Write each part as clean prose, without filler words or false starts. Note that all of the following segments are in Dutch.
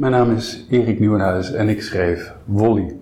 Mijn naam is Erik Nieuwenhuis en ik schreef Wolly.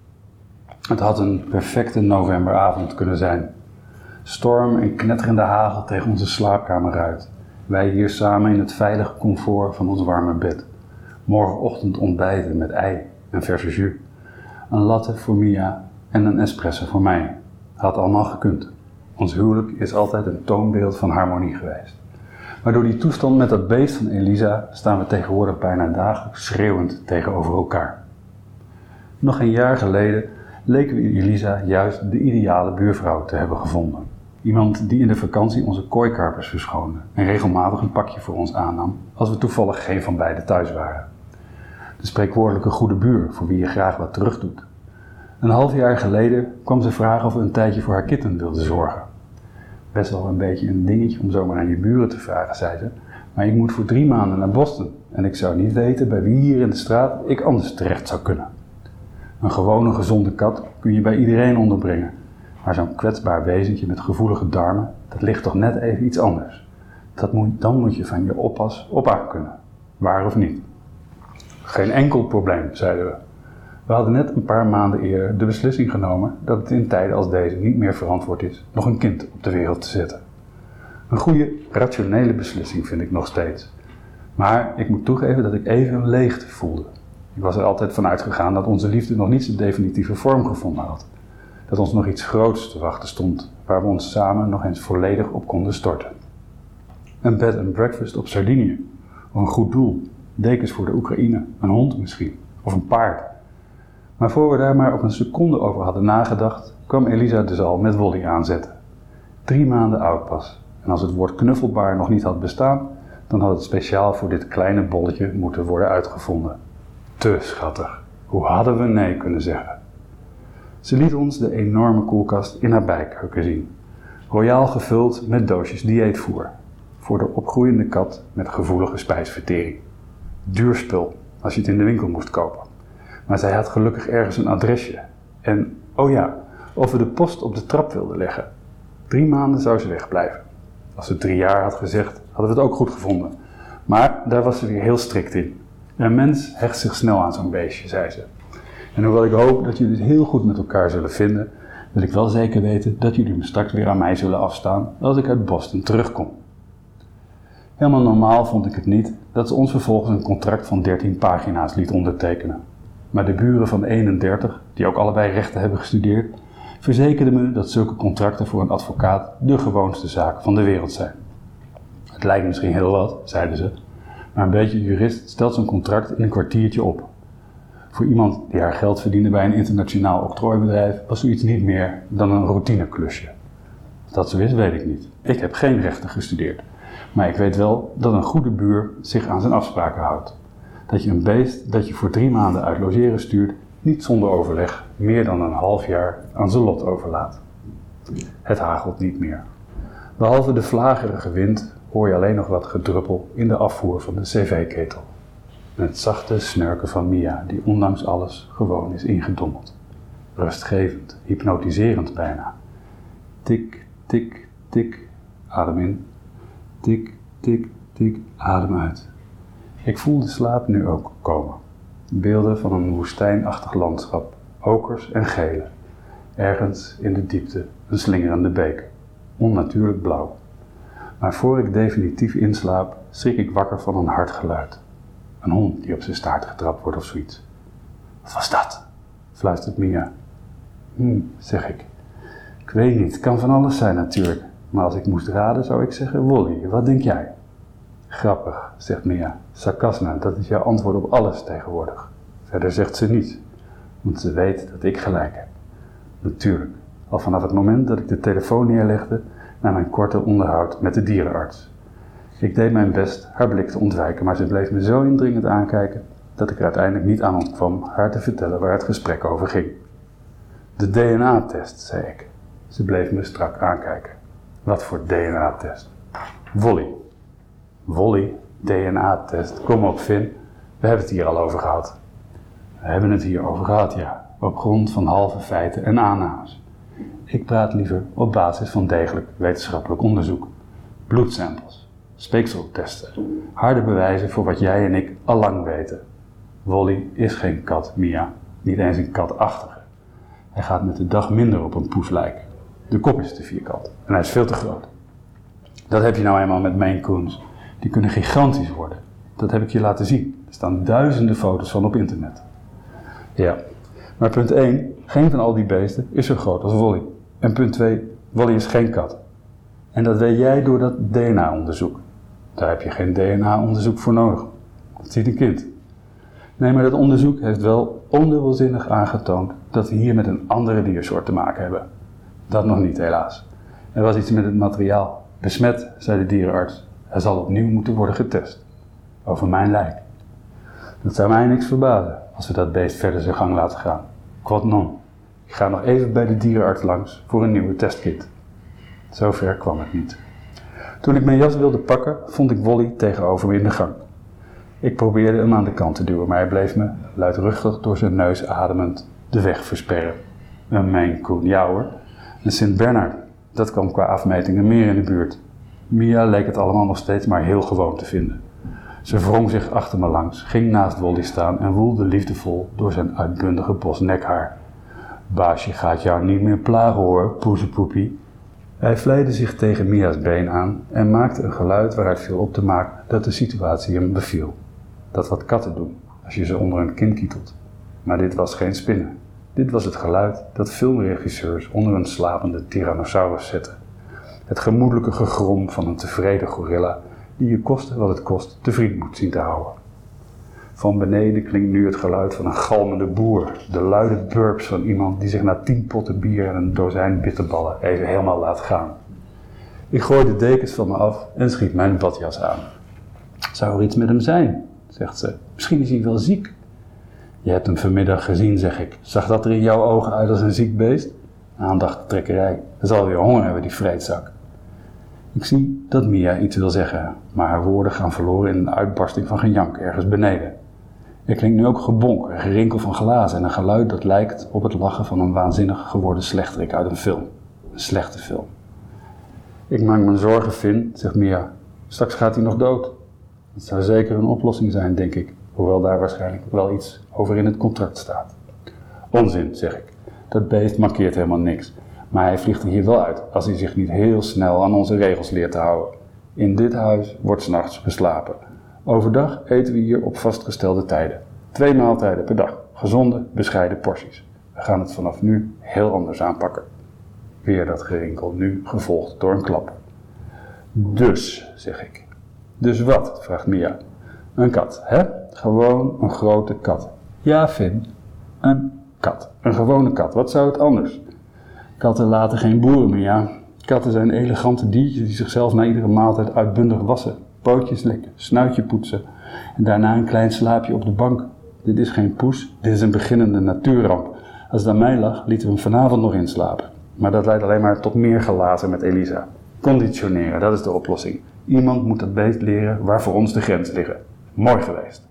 Het had een perfecte novemberavond kunnen zijn. Storm en knetterende hagel tegen onze slaapkamerruit. Wij hier samen in het veilige comfort van ons warme bed. Morgenochtend ontbijten met ei en verse jus. Een latte voor Mia en een espresso voor mij. Had allemaal gekund. Ons huwelijk is altijd een toonbeeld van harmonie geweest. Maar door die toestand met dat beest van Elisa staan we tegenwoordig bijna dagelijks schreeuwend tegenover elkaar. Nog een jaar geleden leken we in Elisa juist de ideale buurvrouw te hebben gevonden. Iemand die in de vakantie onze kooikarpers verschoonde en regelmatig een pakje voor ons aannam als we toevallig geen van beiden thuis waren. De spreekwoordelijke goede buur voor wie je graag wat terugdoet. Een half jaar geleden kwam ze vragen of we een tijdje voor haar kitten wilden zorgen. Best wel een beetje een dingetje om zomaar aan je buren te vragen, zei ze, maar ik moet voor 3 maanden naar Boston en ik zou niet weten bij wie hier in de straat ik anders terecht zou kunnen. Een gewone gezonde kat kun je bij iedereen onderbrengen, maar zo'n kwetsbaar wezentje met gevoelige darmen, dat ligt toch net even iets anders. Dan moet je van je oppas op aan kunnen, waar of niet. Geen enkel probleem, zeiden we. We hadden net een paar maanden eerder de beslissing genomen dat het in tijden als deze niet meer verantwoord is nog een kind op de wereld te zetten. Een goede, rationele beslissing vind ik nog steeds. Maar ik moet toegeven dat ik even een leegte voelde. Ik was er altijd van uitgegaan dat onze liefde nog niet zijn definitieve vorm gevonden had. Dat ons nog iets groots te wachten stond, waar we ons samen nog eens volledig op konden storten. Een bed and breakfast op Sardinië, of een goed doel, dekens voor de Oekraïne, een hond misschien, of een paard. Maar voor we daar maar op een seconde over hadden nagedacht, kwam Elisa dus al met Wolly aanzetten. 3 maanden oud pas. En als het woord knuffelbaar nog niet had bestaan, dan had het speciaal voor dit kleine bolletje moeten worden uitgevonden. Te schattig. Hoe hadden we nee kunnen zeggen? Ze liet ons de enorme koelkast in haar bijkeuken zien. Royaal gevuld met doosjes dieetvoer. Voor de opgroeiende kat met gevoelige spijsvertering. Duur spul, als je het in de winkel moest kopen. Maar zij had gelukkig ergens een adresje. En, oh ja, of we de post op de trap wilden leggen. 3 maanden zou ze wegblijven. Als ze 3 jaar had gezegd, hadden we het ook goed gevonden. Maar daar was ze weer heel strikt in. Een mens hecht zich snel aan zo'n beestje, zei ze. En hoewel ik hoop dat jullie het heel goed met elkaar zullen vinden, wil ik wel zeker weten dat jullie me straks weer aan mij zullen afstaan als ik uit Boston terugkom. Helemaal normaal vond ik het niet dat ze ons vervolgens een contract van 13 pagina's liet ondertekenen. Maar de buren van 31, die ook allebei rechten hebben gestudeerd, verzekerden me dat zulke contracten voor een advocaat de gewoonste zaak van de wereld zijn. Het lijkt misschien heel wat, zeiden ze, maar een beetje jurist stelt zo'n contract in een kwartiertje op. Voor iemand die haar geld verdiende bij een internationaal octrooibedrijf was zoiets niet meer dan een routineklusje. Of dat zo is, weet ik niet. Ik heb geen rechten gestudeerd, maar ik weet wel dat een goede buur zich aan zijn afspraken houdt. Dat je een beest dat je voor 3 maanden uit logeren stuurt, niet zonder overleg meer dan een half jaar aan zijn lot overlaat. Het hagelt niet meer. Behalve de vlagerige wind hoor je alleen nog wat gedruppel in de afvoer van de cv-ketel. En het zachte snurken van Mia, die ondanks alles gewoon is ingedommeld. Rustgevend, hypnotiserend bijna. Tik, tik, tik, adem in. Tik, tik, tik, adem uit. Ik voel de slaap nu ook komen. Beelden van een woestijnachtig landschap, okers en gele. Ergens in de diepte een slingerende beek, onnatuurlijk blauw. Maar voor ik definitief inslaap, schrik ik wakker van een hard geluid. Een hond die op zijn staart getrapt wordt of zoiets. Wat was dat? Fluistert Mia. Zeg ik. Ik weet niet, het kan van alles zijn natuurlijk. Maar als ik moest raden zou ik zeggen, Wolly, wat denk jij? Grappig, zegt Mia. Sarcasme, dat is jouw antwoord op alles tegenwoordig. Verder zegt ze niets, want ze weet dat ik gelijk heb. Natuurlijk, al vanaf het moment dat ik de telefoon neerlegde na mijn korte onderhoud met de dierenarts. Ik deed mijn best haar blik te ontwijken, maar ze bleef me zo indringend aankijken dat ik er uiteindelijk niet aan ontkwam haar te vertellen waar het gesprek over ging. De DNA-test, zei ik. Ze bleef me strak aankijken. Wat voor DNA-test? Wolly. Wolly, DNA-test. Kom op, Finn. We hebben het hier al over gehad. We hebben het hier over gehad, ja. Op grond van halve feiten en aannames. Ik praat liever op basis van degelijk wetenschappelijk onderzoek. Bloedsamples, speekseltesten, harde bewijzen voor wat jij en ik al lang weten. Wally is geen kat, Mia. Niet eens een katachtige. Hij gaat met de dag minder op een poes lijken. De kop is te vierkant en hij is veel te groot. Dat heb je nou eenmaal met Maine Coons. Die kunnen gigantisch worden. Dat heb ik je laten zien. Er staan duizenden foto's van op internet. Ja, maar punt 1, geen van al die beesten is zo groot als Wally. En punt 2, Wally is geen kat. En dat weet jij door dat DNA-onderzoek. Daar heb je geen DNA-onderzoek voor nodig. Dat ziet een kind. Nee, maar dat onderzoek heeft wel ondubbelzinnig aangetoond dat we hier met een andere diersoort te maken hebben. Dat nog niet, helaas. Er was iets met het materiaal. Besmet, zei de dierenarts. Hij zal opnieuw moeten worden getest. Over mijn lijk. Dat zou mij niks verbazen als we dat beest verder zijn gang laten gaan. Quod non. Ik ga nog even bij de dierenarts langs voor een nieuwe testkit. Zover kwam het niet. Toen ik mijn jas wilde pakken, vond ik Wally tegenover me in de gang. Ik probeerde hem aan de kant te duwen, maar hij bleef me, luidruchtig door zijn neus ademend, de weg versperren. Een Maine Coon, ja hoor. Een Sint Bernard, dat kwam qua afmetingen meer in de buurt. Mia leek het allemaal nog steeds maar heel gewoon te vinden. Ze wrong zich achter me langs, ging naast Wally staan en woelde liefdevol door zijn uitbundige bos nekhaar. Baasje gaat jou niet meer plagen hoor, poezepoepie. Hij vleide zich tegen Mia's been aan en maakte een geluid waaruit viel op te maken dat de situatie hem beviel. Dat wat katten doen, als je ze onder een kin kietelt. Maar dit was geen spinnen. Dit was het geluid dat filmregisseurs onder een slapende tyrannosaurus zetten. Het gemoedelijke gegrom van een tevreden gorilla die je koste wat het kost te vriend moet zien te houden. Van beneden klinkt nu het geluid van een galmende boer, de luide burps van iemand die zich na 10 potten bier en een dozijn bitterballen even helemaal laat gaan. Ik gooi de dekens van me af en schiet mijn badjas aan. Zou er iets met hem zijn, zegt ze. Misschien is hij wel ziek. Je hebt hem vanmiddag gezien, zeg ik. Zag dat er in jouw ogen uit als een ziek beest? Aandachttrekkerij. Hij zal weer honger hebben, die vreedzak. Ik zie dat Mia iets wil zeggen, maar haar woorden gaan verloren in een uitbarsting van gejank ergens beneden. Er klinkt nu ook gebonk, een gerinkel van glazen en een geluid dat lijkt op het lachen van een waanzinnig geworden slechterik uit een film. Een slechte film. Ik maak me zorgen, Finn, zegt Mia. Straks gaat hij nog dood. Dat zou zeker een oplossing zijn, denk ik, hoewel daar waarschijnlijk wel iets over in het contract staat. Onzin, zeg ik. Dat beest markeert helemaal niks. Maar hij vliegt er hier wel uit als hij zich niet heel snel aan onze regels leert te houden. In dit huis wordt 's nachts geslapen. Overdag eten we hier op vastgestelde tijden. 2 maaltijden per dag. Gezonde, bescheiden porties. We gaan het vanaf nu heel anders aanpakken. Weer dat gerinkel, nu gevolgd door een klap. Dus, zeg ik. Dus wat? Vraagt Mia. Een kat, hè? Gewoon een grote kat. Ja, Finn. Een kat. Een gewone kat. Wat zou het anders? Katten laten geen boeren meer, ja. Katten zijn elegante diertjes die zichzelf na iedere maaltijd uitbundig wassen. Pootjes likken, snuitje poetsen en daarna een klein slaapje op de bank. Dit is geen poes, dit is een beginnende natuurramp. Als het aan mij lag, lieten we hem vanavond nog inslapen. Maar dat leidt alleen maar tot meer gelaten met Elisa. Conditioneren, dat is de oplossing. Iemand moet dat beest leren waar voor ons de grenzen liggen. Mooi geweest.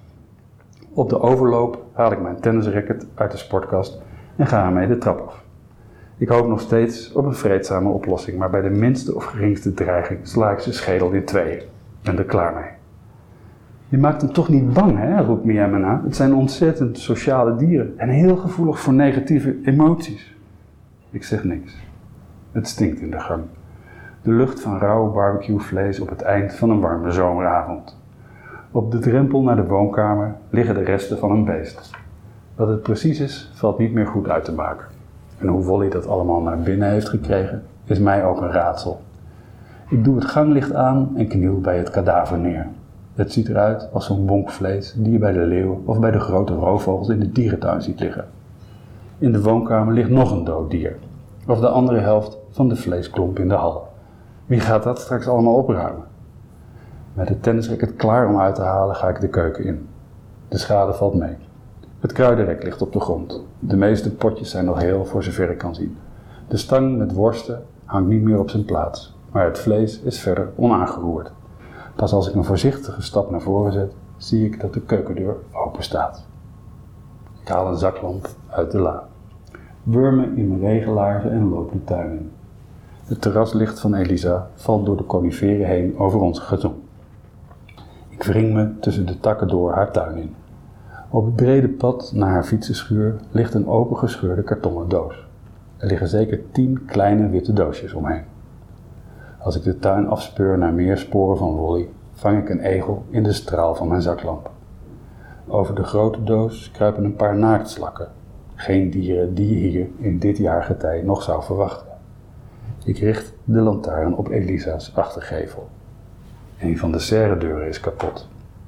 Op de overloop haal ik mijn tennisracket uit de sportkast en ga ermee de trap af. Ik hoop nog steeds op een vreedzame oplossing, maar bij de minste of geringste dreiging sla ik zijn schedel in tweeën. Ben er klaar mee. Je maakt hem toch niet bang, hè? Roept Mia me na. Het zijn ontzettend sociale dieren en heel gevoelig voor negatieve emoties. Ik zeg niks. Het stinkt in de gang. De lucht van rauw barbecuevlees op het eind van een warme zomeravond. Op de drempel naar de woonkamer liggen de resten van een beest. Wat het precies is, valt niet meer goed uit te maken. En hoe Wally dat allemaal naar binnen heeft gekregen, is mij ook een raadsel. Ik doe het ganglicht aan en kniel bij het kadaver neer. Het ziet eruit als zo'n bonk vlees die je bij de leeuwen of bij de grote roofvogels in de dierentuin ziet liggen. In de woonkamer ligt nog een dood dier. Of de andere helft van de vleesklomp in de hal. Wie gaat dat straks allemaal opruimen? Met het tennisracket klaar om uit te halen ga ik de keuken in. De schade valt mee. Het kruidenrek ligt op de grond. De meeste potjes zijn nog heel voor zover ik kan zien. De stang met worsten hangt niet meer op zijn plaats, maar het vlees is verder onaangeroerd. Pas als ik een voorzichtige stap naar voren zet, zie ik dat de keukendeur open staat. Ik haal een zaklamp uit de la. Wurmen in mijn regenlaarzen en loop de tuin in. Het terraslicht van Elisa valt door de coniferen heen over ons gazon. Ik wring me tussen de takken door haar tuin in. Op het brede pad naar haar fietsenschuur ligt een opengescheurde kartonnen doos. Er liggen zeker 10 kleine witte doosjes omheen. Als ik de tuin afspeur naar meer sporen van Wolly, vang ik een egel in de straal van mijn zaklamp. Over de grote doos kruipen een paar naaktslakken. Geen dieren die je hier in dit jaargetij nog zou verwachten. Ik richt de lantaarn op Elisa's achtergevel. Een van de serredeuren is kapot.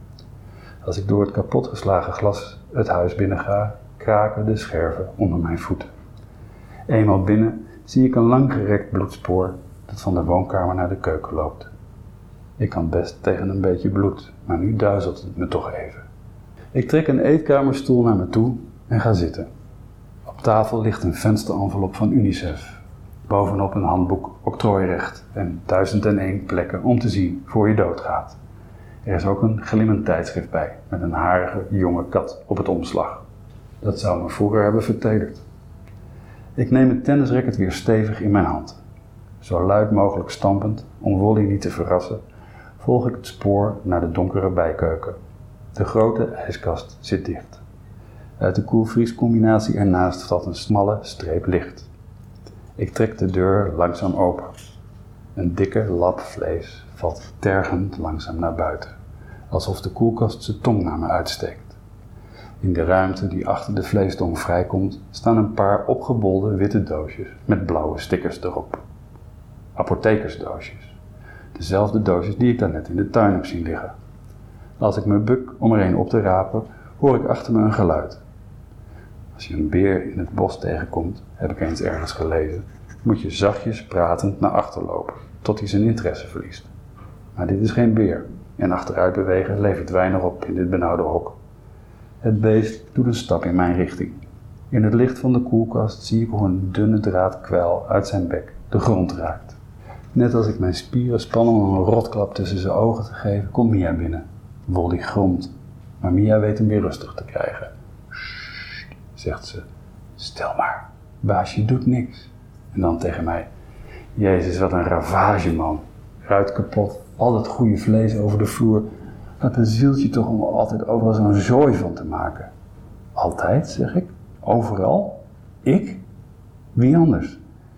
Als ik door het kapotgeslagen glas het huis binnenga, kraken de scherven onder mijn voeten. Eenmaal binnen zie ik een langgerekt bloedspoor dat van de woonkamer naar de keuken loopt. Ik kan best tegen een beetje bloed, maar nu duizelt het me toch even. Ik trek een eetkamerstoel naar me toe en ga zitten. Op tafel ligt een vensterenvelop van UNICEF. Bovenop een handboek octrooirecht en 1001 plekken om te zien voor je doodgaat. Er is ook een glimmend tijdschrift bij, met een harige jonge kat op het omslag. Dat zou me vroeger hebben vertederd. Ik neem het tennisracket weer stevig in mijn hand. Zo luid mogelijk stampend, om Wolly niet te verrassen, volg ik het spoor naar de donkere bijkeuken. De grote ijskast zit dicht. Uit de koelvriescombinatie ernaast valt een smalle streep licht. Ik trek de deur langzaam open. Een dikke lap vlees valt tergend langzaam naar buiten, alsof de koelkast zijn tong naar me uitsteekt. In de ruimte die achter de vleestong vrijkomt, staan een paar opgebolde witte doosjes met blauwe stickers erop. Apothekersdoosjes. Dezelfde doosjes die ik daarnet in de tuin heb zien liggen. Als ik me buk om er een op te rapen, hoor ik achter me een geluid. Als je een beer in het bos tegenkomt, heb ik eens ergens gelezen, moet je zachtjes pratend naar achter lopen, tot hij zijn interesse verliest. Maar dit is geen beer, en achteruit bewegen levert weinig op in dit benauwde hok. Het beest doet een stap in mijn richting. In het licht van de koelkast zie ik hoe een dunne draad kwijl uit zijn bek de grond raakt. Net als ik mijn spieren span om een rotklap tussen zijn ogen te geven, komt Mia binnen. Wolly gromt, maar Mia weet hem weer rustig te krijgen. Sst, zegt ze. Stil maar, baasje doet niks. En dan tegen mij. Jezus, wat een ravage, man. Ruit kapot, al dat goede vlees over de vloer. Dat bezielt je toch om er altijd overal zo'n zooi van te maken. Altijd, zeg ik. Overal? Ik? Wie anders?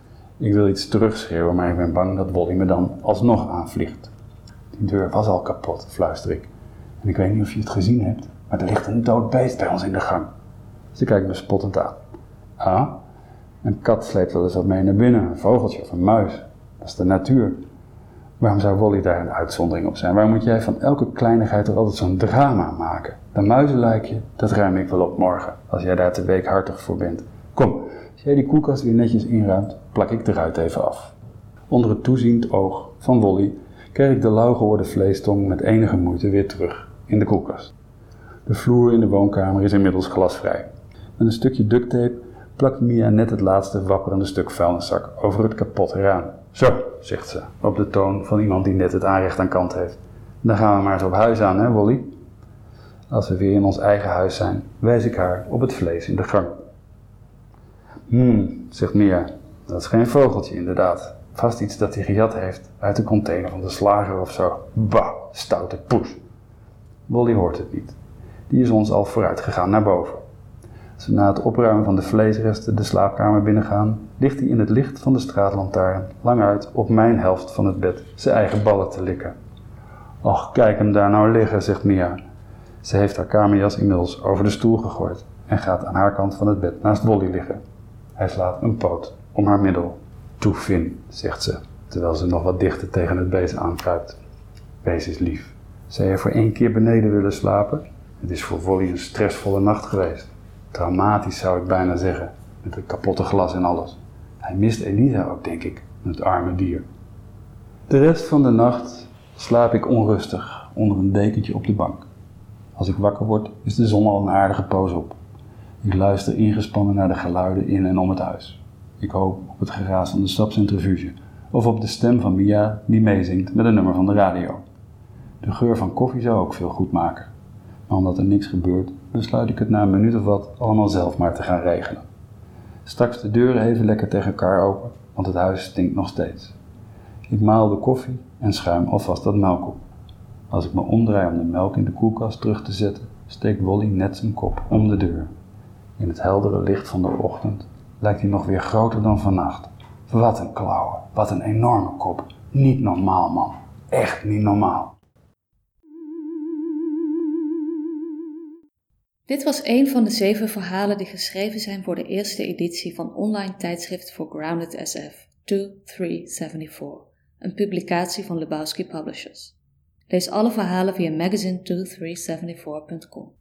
Ik wil iets terugschreeuwen, maar ik ben bang dat Wolly me dan alsnog aanvliegt. Die deur was al kapot, fluister ik. En ik weet niet of je het gezien hebt, maar er ligt een dood beest bij ons in de gang. Ze kijkt me spottend aan. Ah, een kat sleept wel eens wat mee naar binnen, een vogeltje of een muis. Dat is de natuur. Waarom zou Wolly daar een uitzondering op zijn? Waarom moet jij van elke kleinigheid er altijd zo'n drama maken? Dat muizenlijkje, dat ruim ik wel op morgen, als jij daar te weekhartig voor bent. Kom, als jij die koelkast weer netjes inruimt, plak ik de ruit even af. Onder het toeziend oog van Wolly krijg ik de lauw geworden vleestong met enige moeite weer terug in de koelkast. De vloer in de woonkamer is inmiddels glasvrij. Met een stukje ducttape plakt Mia net het laatste wapperende stuk vuilniszak over het kapotte raam. Zo, zegt ze, op de toon van iemand die net het aanrecht aan kant heeft. Dan gaan we maar eens op huis aan, hè, Wolly? Als we weer in ons eigen huis zijn, wijs ik haar op het vlees in de gang. Zegt Mia, dat is geen vogeltje inderdaad. Vast iets dat hij gejat heeft uit de container van de slager of zo. Bah, stoute poes. Wolly hoort het niet. Die is ons al vooruit gegaan naar boven. Als we na het opruimen van de vleesresten de slaapkamer binnengaan, ligt hij in het licht van de straatlantaarn lang uit op mijn helft van het bed zijn eigen ballen te likken. Och, kijk hem daar nou liggen, zegt Mia. Ze heeft haar kamerjas inmiddels over de stoel gegooid en gaat aan haar kant van het bed naast Wolly liggen. Hij slaat een poot om haar middel. Toe, Finn, zegt ze, terwijl ze nog wat dichter tegen het beest aankruipt. Wees is lief. Zou je voor 1 keer beneden willen slapen? Het is voor Wolly een stressvolle nacht geweest. Traumatisch zou ik bijna zeggen, met het kapotte glas en alles. Hij mist Elisa ook, denk ik, het arme dier. De rest van de nacht slaap ik onrustig onder een dekentje op de bank. Als ik wakker word, is de zon al een aardige poos op. Ik luister ingespannen naar de geluiden in en om het huis. Ik hoop op het geraas van de stapcentrifuge of op de stem van Mia die meezingt met een nummer van de radio. De geur van koffie zou ook veel goed maken. Maar omdat er niks gebeurt, besluit ik het na een minuut of wat allemaal zelf maar te gaan regelen. Straks de deuren even lekker tegen elkaar open, want het huis stinkt nog steeds. Ik maal de koffie en schuim alvast wat melk op. Als ik me omdraai om de melk in de koelkast terug te zetten, steekt Wally net zijn kop om de deur. In het heldere licht van de ochtend lijkt hij nog weer groter dan vannacht. Wat een klauwen, wat een enorme kop. Niet normaal, man. Echt niet normaal. Dit was een van de 7 verhalen die geschreven zijn voor de eerste editie van online tijdschrift voor Grounded SF 2374, een publicatie van Lebowski Publishers. Lees alle verhalen via magazine2374.com.